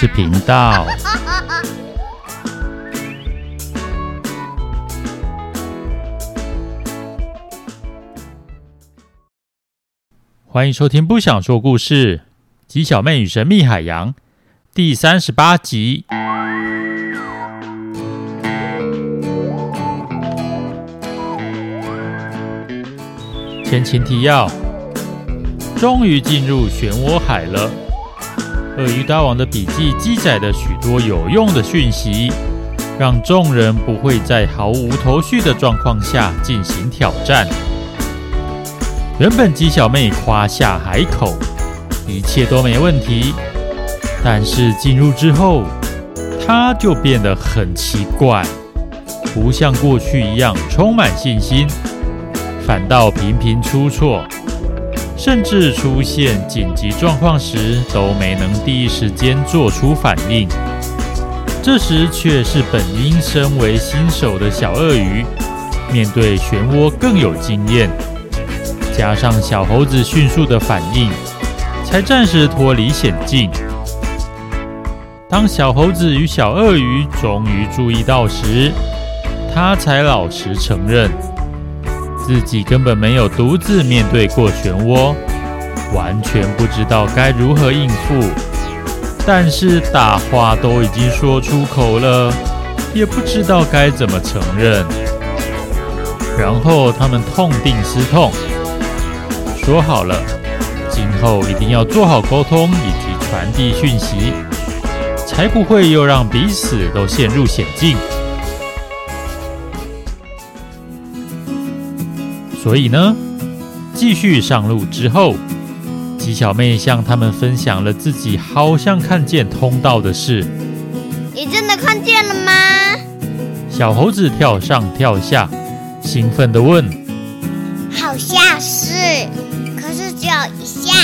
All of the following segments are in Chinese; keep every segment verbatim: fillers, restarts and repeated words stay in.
事频道。欢迎收听不想说故事，鸡小妹与神秘海洋第三十八集。前情提要，终于进入漩涡海了。鳄鱼大王的笔记记载了许多有用的讯息，让众人不会在毫无头绪的状况下进行挑战。原本鸡小妹夸下海口，一切都没问题，但是进入之后，她就变得很奇怪，不像过去一样充满信心，反倒频频出错，甚至出现紧急状况时都没能第一时间做出反应。这时却是本应身为新手的小鳄鱼，面对漩涡更有经验，加上小猴子迅速的反应，才暂时脱离险境。当小猴子与小鳄鱼终于注意到时，他才老实承认自己根本没有独自面对过漩涡，完全不知道该如何应付。但是大话都已经说出口了，也不知道该怎么承认。然后他们痛定思痛，说好了，今后一定要做好沟通以及传递讯息，才不会又让彼此都陷入险境。所以呢，继续上路之后，鸡小妹向他们分享了自己好像看见通道的事。 你真的看见了吗？ 小猴子跳上跳下，兴奋地问： 好像是，可是只有一下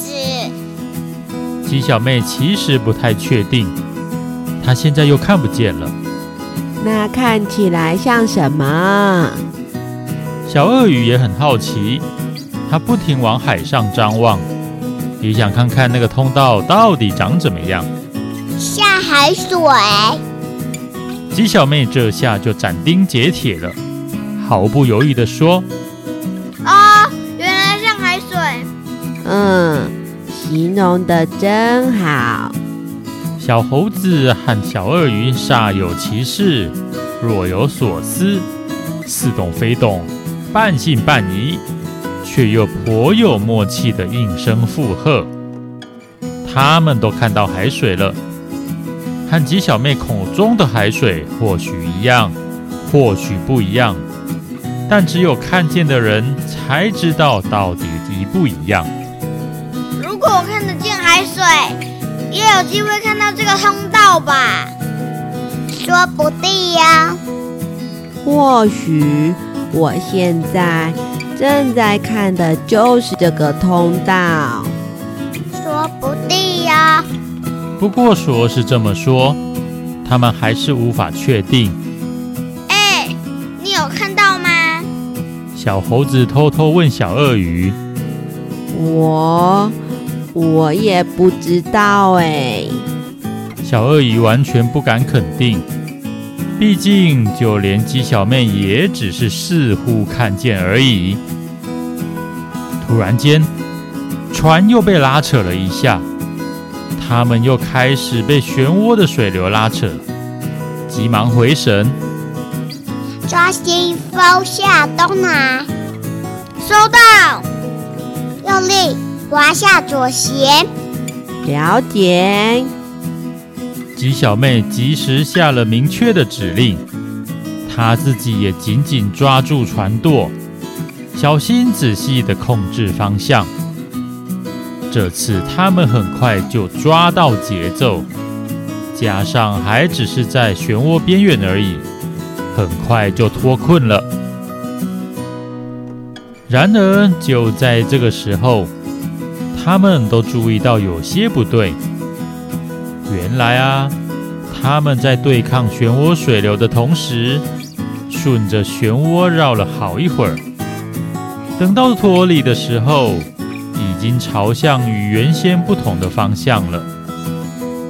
子。 鸡小妹其实不太确定，她现在又看不见了。 那看起来像什么？ 小鳄鱼也很好奇，他不停往海上张望，也想看看那个通道到底长怎么样。 下海水。 鸡小妹这下就斩钉截铁了，毫不犹豫地说： 哦，原来像海水。 嗯，形容得真好。 小猴子和小鳄鱼煞有其事，若有所思，似懂非懂，半信半疑，却又颇有默契的应声附和。他们都看到海水了，和鸡小妹口中的海水或许一样，或许不一样，但只有看见的人才知道到底一不一样。 如果我看得见海水，也有机会看到这个通道吧？说不定呀。 或许我现在正在看的就是这个通道。 说不定呀。 不过说是这么说，他们还是无法确定。 哎，你有看到吗？ 小猴子偷偷问小鳄鱼： 我我也不知道哎。 小鳄鱼完全不敢肯定，毕竟就连鸡小妹也只是似乎看见而已。突然间，船又被拉扯了一下，他们又开始被漩涡的水流拉扯，急忙回神， 抓紧风下东南。收到。用力滑下左舷。 了解。 鸡小妹及时下了明确的指令，她自己也紧紧抓住船舵，小心仔细地控制方向。这次他们很快就抓到节奏，加上还只是在漩涡边缘而已，很快就脱困了。然而就在这个时候，他们都注意到有些不对。原来啊，他们在对抗漩涡水流的同时，顺着漩涡绕了好一会儿，等到脱离的时候，已经朝向与原先不同的方向了。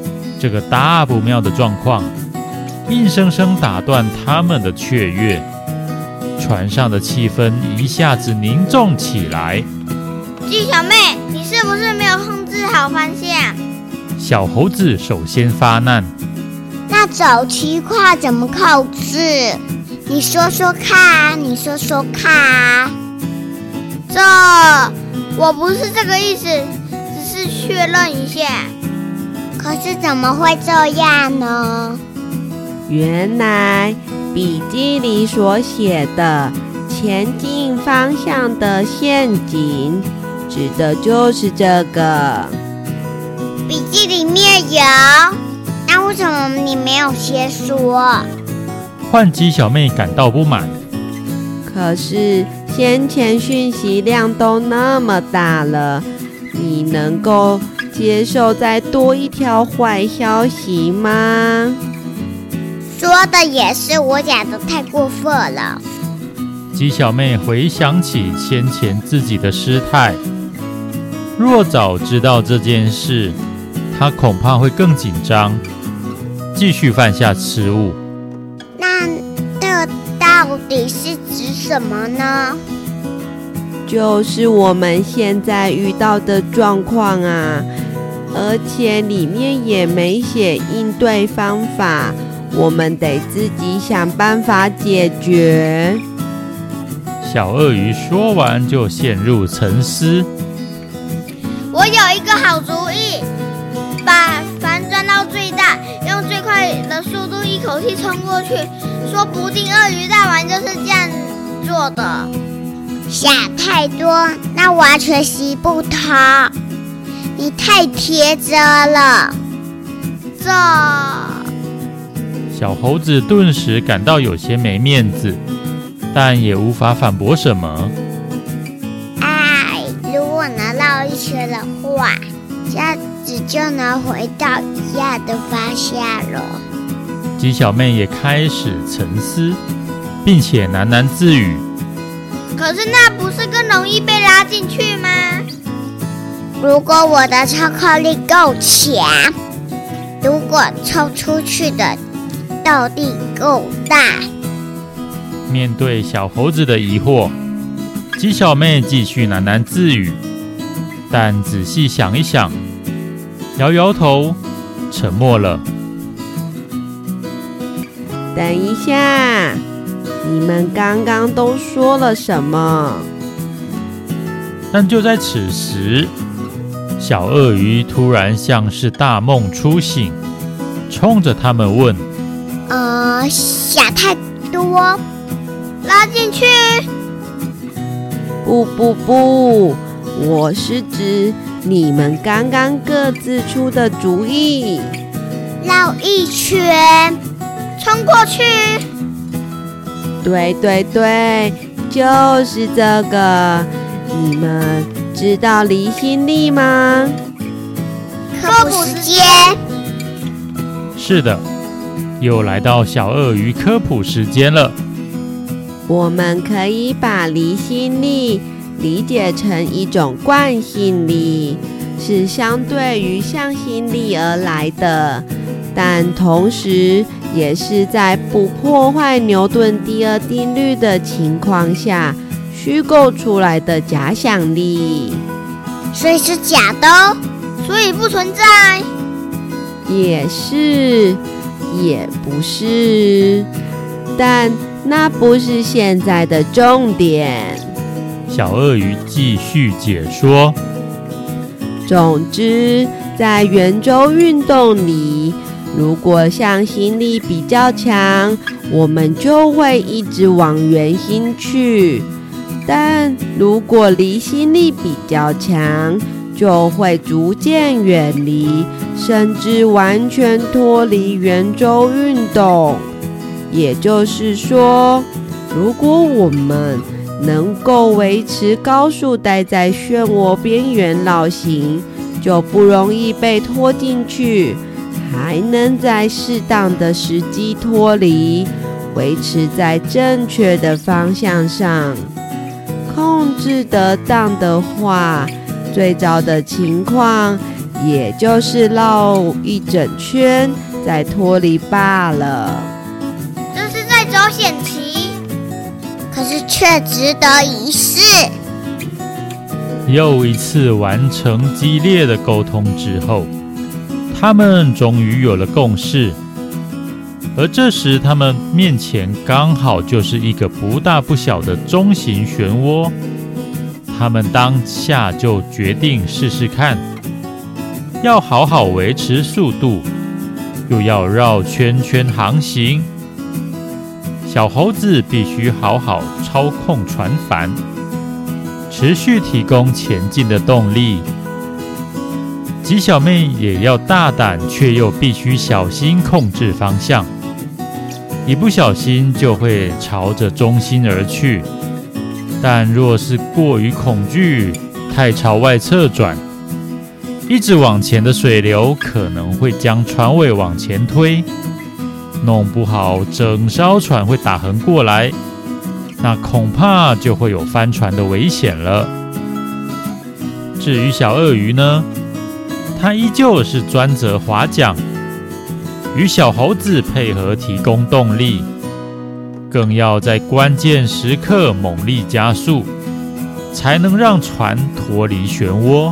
这个大不妙的状况硬生生打断他们的雀跃，船上的气氛一下子凝重起来。 鸡小妹，你是不是没有控制好方向？ 小猴子首先发难。 那走七块怎么控制？你说说看，你说说看。这我不是这个意思，只是确认一下。可是怎么会这样呢？ 原来笔记里所写的前进方向的陷阱，指的就是这个。 笔记里面有，那为什么你没有先说？ 换鸡小妹感到不满。 可是先前讯息量都那么大了，你能够接受再多一条坏消息吗？ 说的也是，我讲的太过分了。 鸡小妹回想起先前自己的失态，若早知道这件事，她恐怕会更紧张，继续犯下失误。 那这到底是指什么呢？ 就是我们现在遇到的状况啊，而且里面也没写应对方法，我们得自己想办法解决。 小鳄鱼说完就陷入沉思。 我有一个好主意，把帆转到最大，用最快的速度一口气冲过去，说不定鳄鱼大王就是这样做的。想太多，那完全行不通。你太天真了。这小猴子顿时感到有些没面子，但也无法反驳什么。 哎，如果能绕一圈的话，这样子就能回到一样的方向了。 鸡小妹也开始沉思，并且喃喃自语。 可是那不是更容易被拉进去吗？如果我的操控力够强，如果冲出去的动力够大。 面对小猴子的疑惑，鸡小妹继续喃喃自语，但仔细想一想，摇摇头，沉默了。 等一下，你们刚刚都说了什么？ 但就在此时，小鳄鱼突然像是大梦初醒，冲着他们问： 呃，想太多，拉进去。 不不不，我是指你们刚刚各自出的主意。 绕一圈，冲过去。 对对对，就是这个。你们知道离心力吗？ 科普时间。 是的，又来到小鳄鱼科普时间了。 我们可以把离心力理解成一种惯性力，是相对于向心力而来的，但同时也是在不破坏牛顿第二定律的情况下虚构出来的假想力。 所以是假的哦，所以不存在。 也是，也不是，但那不是现在的重点。 小鳄鱼继续解说。 总之，在圆周运动里，如果向心力比较强，我们就会一直往圆心去；但如果离心力比较强，就会逐渐远离，甚至完全脱离圆周运动。也就是说，如果我们能够维持高速待在漩涡边缘绕行，就不容易被拖进去，还能在适当的时机脱离，维持在正确的方向上。控制得当的话，最糟的情况也就是绕一整圈再脱离罢了。 这是在走险棋，可是却值得一试。 又一次完成激烈的沟通之后，他们终于有了共识。而这时，他们面前刚好就是一个不大不小的中型漩涡。他们当下就决定试试看，要好好维持速度，又要绕圈圈航行。小猴子必须好好操控船帆，持续提供前进的动力。鸡小妹也要大胆，却又必须小心控制方向，一不小心就会朝着中心而去。但若是过于恐惧，太朝外侧转，一直往前的水流可能会将船尾往前推，弄不好整艘船会打横过来，那恐怕就会有翻船的危险了。至于小鳄鱼呢，它依旧是专责划桨，与小猴子配合提供动力，更要在关键时刻猛力加速，才能让船脱离漩涡。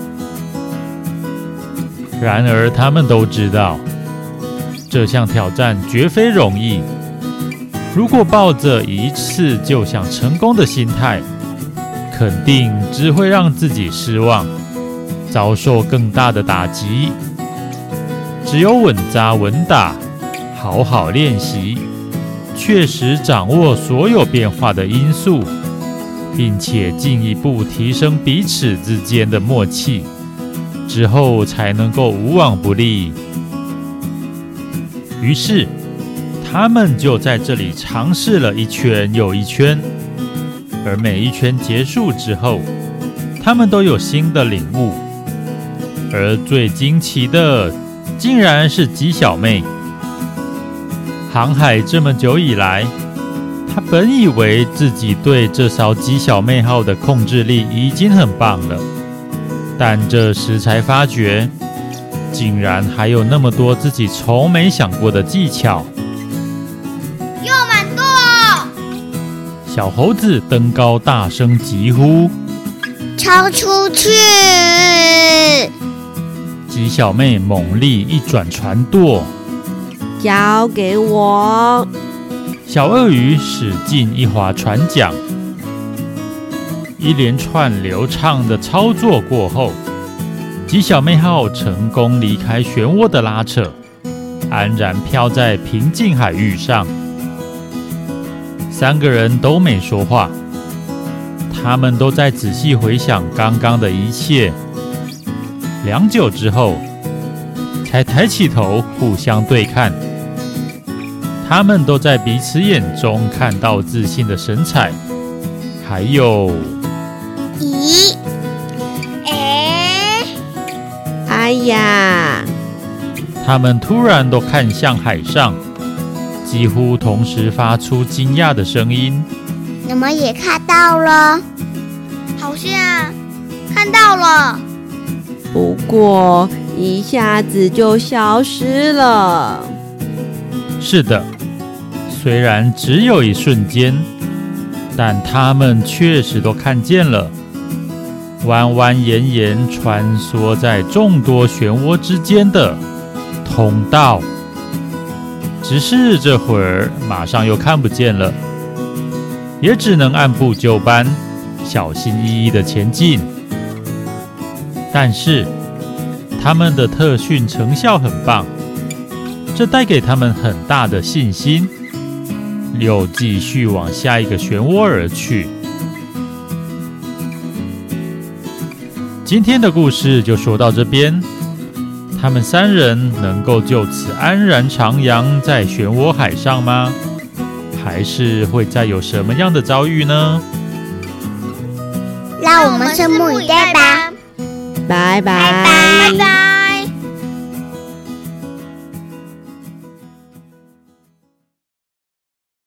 然而他们都知道，这项挑战绝非容易。如果抱着一次就想成功的心态，肯定只会让自己失望，遭受更大的打击。只有稳扎稳打，好好练习，确实掌握所有变化的因素，并且进一步提升彼此之间的默契，之后才能够无往不利。于是他们就在这里尝试了一圈又一圈，而每一圈结束之后，他们都有新的领悟。而最惊奇的竟然是鸡小妹。航海这么久以来，她本以为自己对这艘鸡小妹号的控制力已经很棒了，但这时才发觉，竟然还有那么多自己从没想过的技巧。 右满舵！ 小猴子登高大声疾呼： 超出去！ 鸡小妹猛力一转船舵， 交给我。 小鳄鱼使劲一划船桨，一连串流畅的操作过后，鸡小妹号成功离开漩涡的拉扯，安然飘在平静海域上。三个人都没说话，他们都在仔细回想刚刚的一切。良久之后，才抬起头互相对看。他们都在彼此眼中看到自信的神采，还有…… 咦？哎！ 哎呀！ 他们突然都看向海上，几乎同时发出惊讶的声音。 你们也看到了？好像看到了。 不过一下子就消失了。 是的，虽然只有一瞬间，但他们确实都看见了，蜿蜿蜒蜒穿梭在众多漩涡之间的通道。只是这会儿马上又看不见了，也只能按部就班，小心翼翼地前进。但是他们的特训成效很棒，这带给他们很大的信心，又继续往下一个漩涡而去。今天的故事就说到这边，他们三人能够就此安然徜徉在漩涡海上吗？还是会再有什么样的遭遇呢？ 让我们拭目以待吧。 拜拜。 拜拜。